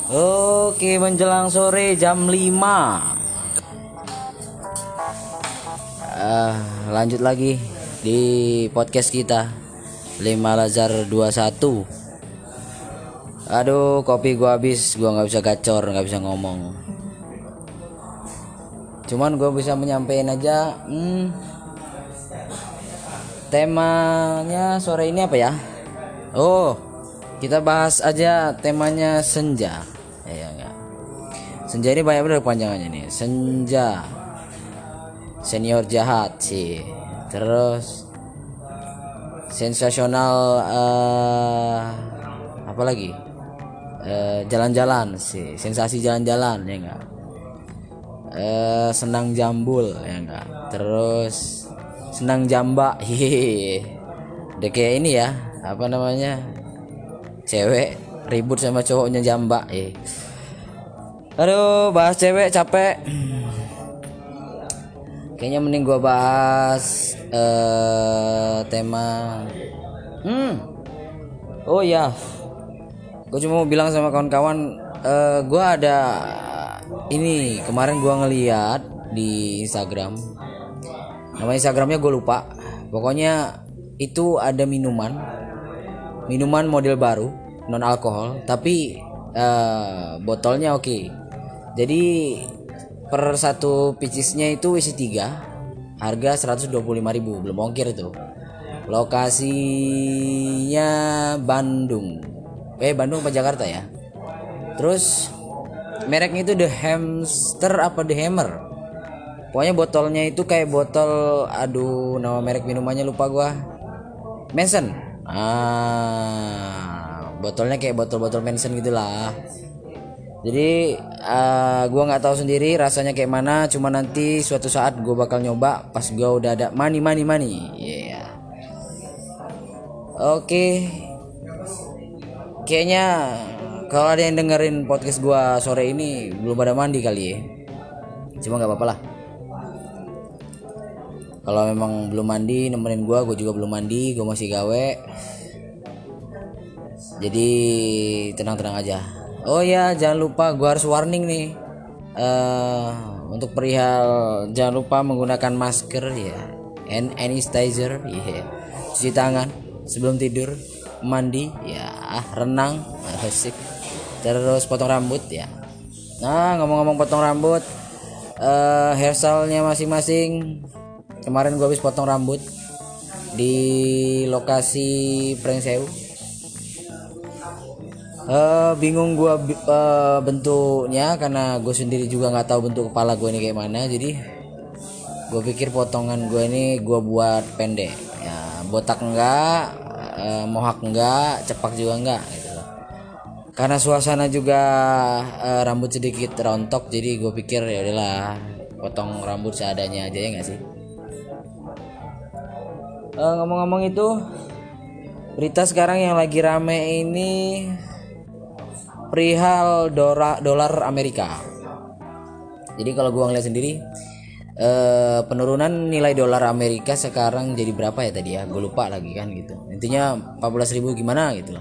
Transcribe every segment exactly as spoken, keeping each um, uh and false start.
Oke, menjelang sore jam lima. Uh, lanjut lagi di podcast kita lima Lazar dua puluh satu. Aduh, kopi gua habis, gua nggak bisa gacor, nggak bisa ngomong. Cuman gua bisa menyampaikan aja. Hmm, temanya sore ini apa ya? Oh, kita bahas aja temanya senja. Ya enggak. Senja ini banyak bener panjangannya nih. Senja. Senior jahat sih. Terus sensasional uh, apa lagi? Uh, jalan-jalan sih. Sensasi jalan-jalan ya enggak. Uh, senang jambul ya enggak. Terus senang jamba. Hihihi. Udah kayak ini ya, apa namanya? Cewek ribut sama cowoknya jamba. Eh. Aduh, bahas cewek capek. Kayaknya mending gua bahas uh, tema. Hmm. Oh ya. Gua cuma mau bilang sama kawan-kawan, uh, gua ada ini kemarin gua ngeliat di Instagram. Nama Instagramnya gue lupa. Pokoknya itu ada minuman, minuman model baru, non alkohol, tapi uh, botolnya oke. Okay. Jadi per satu picisnya itu isi tiga, harga seratus dua puluh lima ribu, belum ongkir itu. Lokasinya Bandung. Eh Bandung apa Jakarta ya? Terus mereknya itu The Hamster apa The Hammer? Pokoknya botolnya itu kayak botol, aduh nama merek minumannya lupa gua. Manson. Ah, botolnya kayak botol-botol Manson gitulah. Jadi uh, gua nggak tahu sendiri rasanya kayak mana, cuma nanti suatu saat gua bakal nyoba pas gua udah ada money money money. Iya. Yeah. Oke. Okay. Kayaknya kalau ada yang dengerin podcast gua sore ini belum pada mandi kali ya. Cuma nggak apa-apa lah. Kalau memang belum mandi nemenin gue, gue juga belum mandi, gue masih gawe. Jadi tenang-tenang aja. Oh ya, jangan lupa gue harus warning nih. Uh, untuk perihal jangan lupa menggunakan masker ya, hand sanitizer, ya, yeah. Cuci tangan sebelum tidur, mandi, ya, renang, asik. Terus potong rambut ya. Nah ngomong-ngomong potong rambut, uh, hairstylenya masing-masing. Kemarin gue habis potong rambut di lokasi Pringsewu. Uh, bingung gue uh, bentuknya karena gue sendiri juga nggak tahu bentuk kepala gue ini kayak mana. Jadi gue pikir potongan gue ini gue buat pendek. Ya, botak enggak, uh, mohak enggak, cepak juga enggak. Gitu. Karena suasana juga uh, rambut sedikit rontok, jadi gue pikir ya udahlah potong rambut seadanya aja ya nggak sih. Uh, ngomong-ngomong itu, berita sekarang yang lagi rame ini perihal dolar dolar Amerika. Jadi kalau gua ngeliat sendiri, uh, penurunan nilai dolar Amerika sekarang jadi berapa ya tadi ya? Gue lupa lagi kan gitu. Intinya empat belas ribu gimana gitu.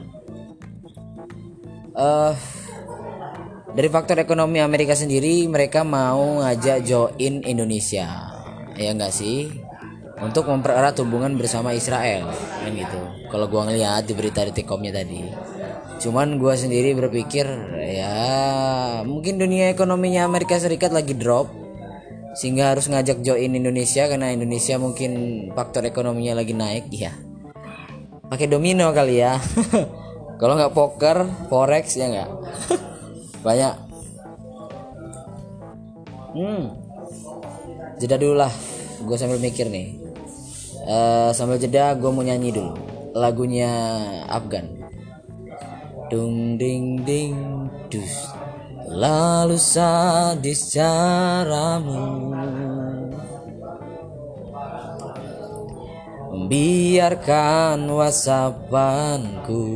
Uh, dari faktor ekonomi Amerika sendiri, mereka mau ngajak join Indonesia, ya enggak sih? Untuk mempererat hubungan bersama Israel kan gitu. Kalau gua ngeliat di berita detik.com-nya tadi. Cuman gua sendiri berpikir ya mungkin dunia ekonominya Amerika Serikat lagi drop sehingga harus ngajak join Indonesia karena Indonesia mungkin faktor ekonominya lagi naik ya. Pakai domino kali ya. Kalau nggak poker, forex ya nggak. Banyak. Hmm. Jeda dulu lah. Gue sambil mikir nih. Uh, sambil jeda gue mau nyanyi dulu lagunya Afgan. Dung ding ding dus, lalu sadis caramu membiarkan whatsappanku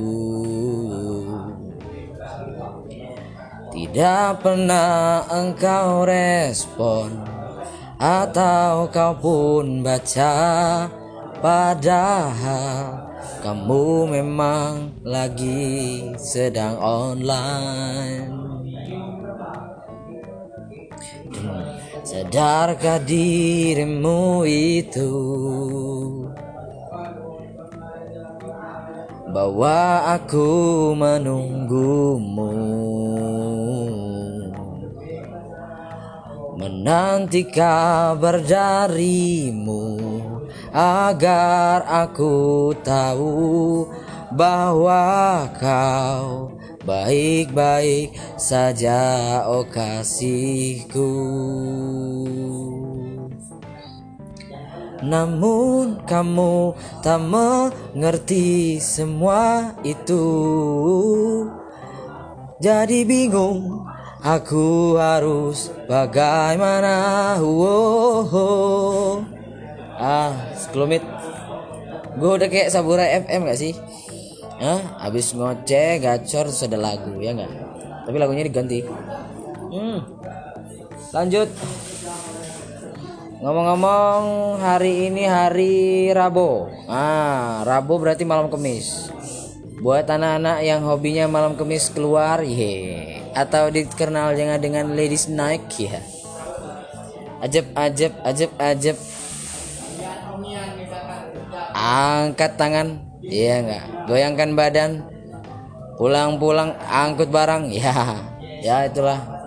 tidak pernah engkau respon atau kau pun baca, padahal kamu memang lagi sedang online. Sadarkah dirimu itu bahwa aku menunggumu, menanti kabar darimu, agar aku tahu bahwa kau baik-baik saja, oh kasihku. Namun kamu tak mengerti semua itu, jadi bingung aku harus bagaimana. Oh, oh. Ah, sekelumit. Gue udah kayak Saburai F M gak sih? Hah? Abis ngoceh, gacor, terus ada lagu, ya gak? Tapi lagunya diganti. Hmm. Lanjut. Ngomong-ngomong, hari ini hari Rabu. Ah, Rabu berarti malam Kemis. Buat anak-anak yang hobinya malam Kemis keluar, ye, atau dikenal dengan dengan ladies night, ya. Ajep, ajep, ajep, ajep. Angkat tangan, iya enggak? Goyangkan badan. Pulang-pulang angkut barang, ya. Ya itulah.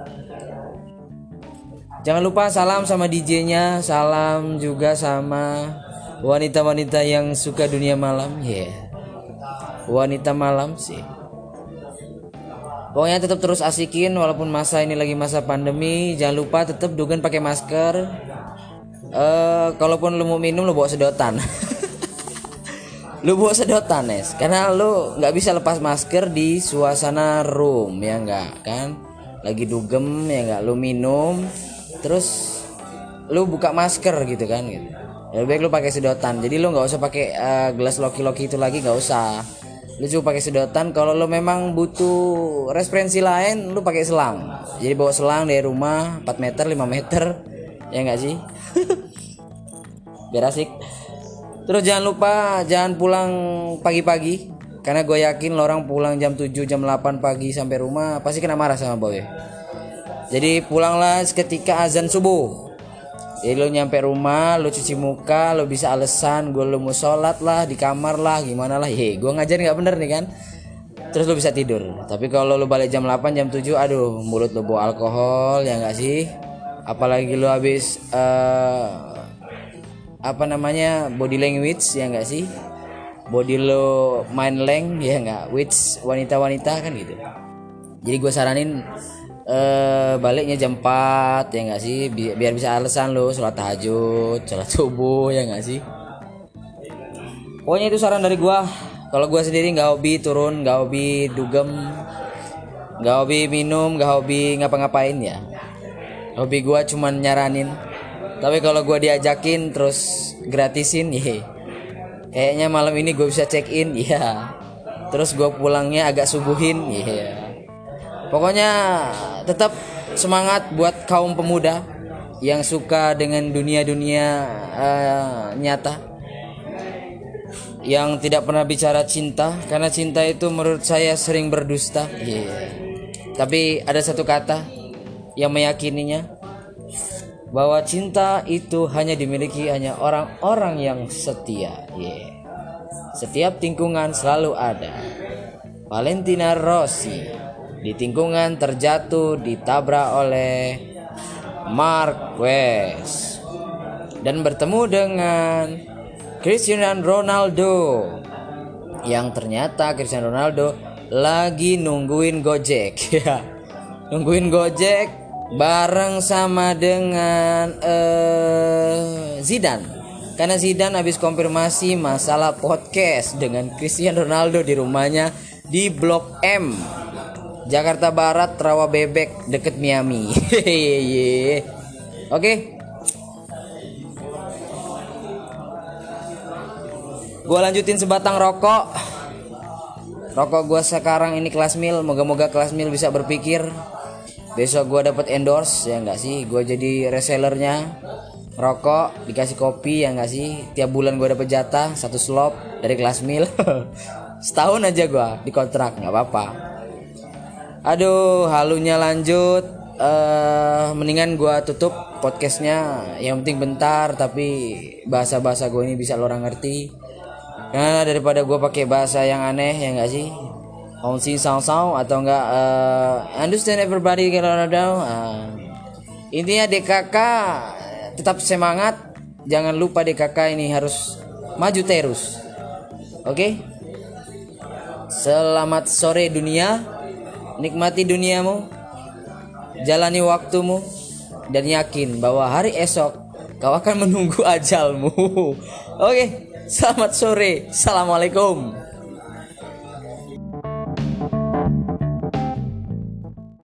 Jangan lupa salam sama D J-nya, salam juga sama wanita-wanita yang suka dunia malam, ya. Yeah. Wanita malam sih. Pokoknya tetap terus asikin walaupun masa ini lagi masa pandemi. Jangan lupa tetap dugaan pakai masker. Eh, uh, kalaupun lu mau minum lu bawa sedotan. Lu bawa sedotan, Nes, karena lu nggak bisa lepas masker di suasana room, ya nggak kan? Lagi dugem, ya nggak, lu minum terus lu buka masker gitu kan gitu. Ya baik lu pakai sedotan. Jadi lu nggak usah pakai uh, gelas loki-loki itu lagi, nggak usah. Lu cuma pakai sedotan. Kalau lu memang butuh referensi lain, lu pakai selang. Jadi bawa selang dari rumah empat meter, lima meter, ya nggak sih? Biar asik. Terus jangan lupa jangan pulang pagi-pagi, karena gue yakin lo orang pulang jam tujuh, jam delapan pagi sampai rumah pasti kena marah sama boy. Jadi pulanglah ketika azan subuh. Jadi lo nyampe rumah, lo cuci muka, lo bisa alasan gue lo mau sholat lah di kamar lah, gimana lah. Ye, gue ngajar nggak bener nih kan. Terus lo bisa tidur. Tapi kalau lo balik jam delapan, jam tujuh, aduh mulut lo bawa alkohol, ya nggak sih? Apalagi lo habis uh, apa namanya body language, ya nggak sih? Body lo mind lang, ya nggak? Which wanita-wanita kan gitu. Jadi gue saranin Uh, baliknya jam empat, ya nggak sih, Bi- biar bisa alasan lo sholat tahajud, sholat subuh, ya nggak sih. Pokoknya itu saran dari gua. Kalau gua sendiri nggak hobi turun, nggak hobi dugem, nggak hobi minum, nggak hobi ngapa-ngapain ya. Hobi gua cuman nyaranin. Tapi kalau gua diajakin terus gratisin, ya kayaknya malam ini gua bisa check in, ya. Terus gua pulangnya agak subuhin, ya. Pokoknya tetap semangat buat kaum pemuda yang suka dengan dunia-dunia uh, nyata, yang tidak pernah bicara cinta, karena cinta itu menurut saya sering berdusta. Yeah. Tapi ada satu kata yang meyakininya, bahwa cinta itu hanya dimiliki hanya orang-orang yang setia. Yeah. Setiap tikungan selalu ada. Valentina Rossi di tikungan terjatuh, ditabrak oleh Marquez dan bertemu dengan Cristiano Ronaldo, yang ternyata Cristiano Ronaldo lagi nungguin Gojek. Ya, nungguin Gojek bareng sama dengan uh, Zidane, karena Zidane habis konfirmasi masalah podcast dengan Cristiano Ronaldo di rumahnya di Blok M, Jakarta Barat, Rawa Bebek, deket Miami. Oke. Okay. Gua lanjutin sebatang rokok. Rokok gua sekarang ini kelas mil. Moga-moga kelas mil bisa berpikir. Besok gua dapat endorse, ya enggak sih? Gua jadi resellernya rokok, dikasih kopi, ya enggak sih? Tiap bulan gua dapat jatah satu slop. dari kelas mil. Setahun aja gua dikontrak, nggak apa-apa. Aduh, halunya lanjut. Uh, mendingan gua tutup podcastnya. Yang penting bentar, tapi bahasa-bahasa gua ini bisa lo orang ngerti. Karena daripada gua pakai bahasa yang aneh, ya nggak sih? Onsi sound sound atau enggak uh, understand everybody kalau ada. Uh, intinya D K K tetap semangat. Jangan lupa D K K ini harus maju terus. Oke? Okay? Selamat sore dunia. Nikmati duniamu. Jalani waktumu dan yakin bahwa hari esok kau akan menunggu ajalmu. Oke, okay. Selamat sore. Assalamualaikum.